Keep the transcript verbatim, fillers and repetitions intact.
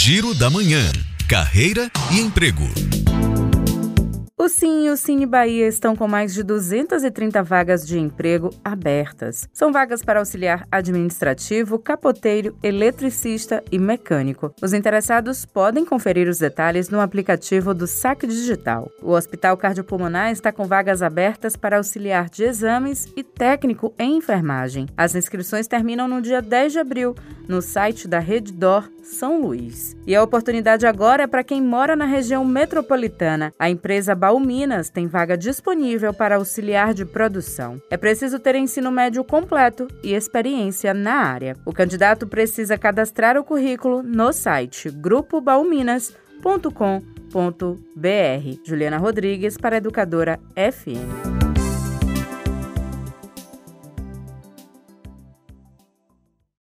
Giro da Manhã. Carreira e emprego. O Sim e o Cine Bahia estão com mais de duzentas e trinta vagas de emprego abertas. São vagas para auxiliar administrativo, capoteiro, eletricista e mecânico. Os interessados podem conferir os detalhes no aplicativo do Saque Digital. O Hospital Cardiopulmonar está com vagas abertas para auxiliar de exames e técnico em enfermagem. As inscrições terminam no dia dez de abril, no site da Reddor São Luís. E a oportunidade agora é para quem mora na região metropolitana. A empresa Baú Minas tem vaga disponível para auxiliar de produção. É preciso ter ensino médio completo e experiência na área. O candidato precisa cadastrar o currículo no site grupo bauminas ponto com ponto b r. Juliana Rodrigues para Educadora F M.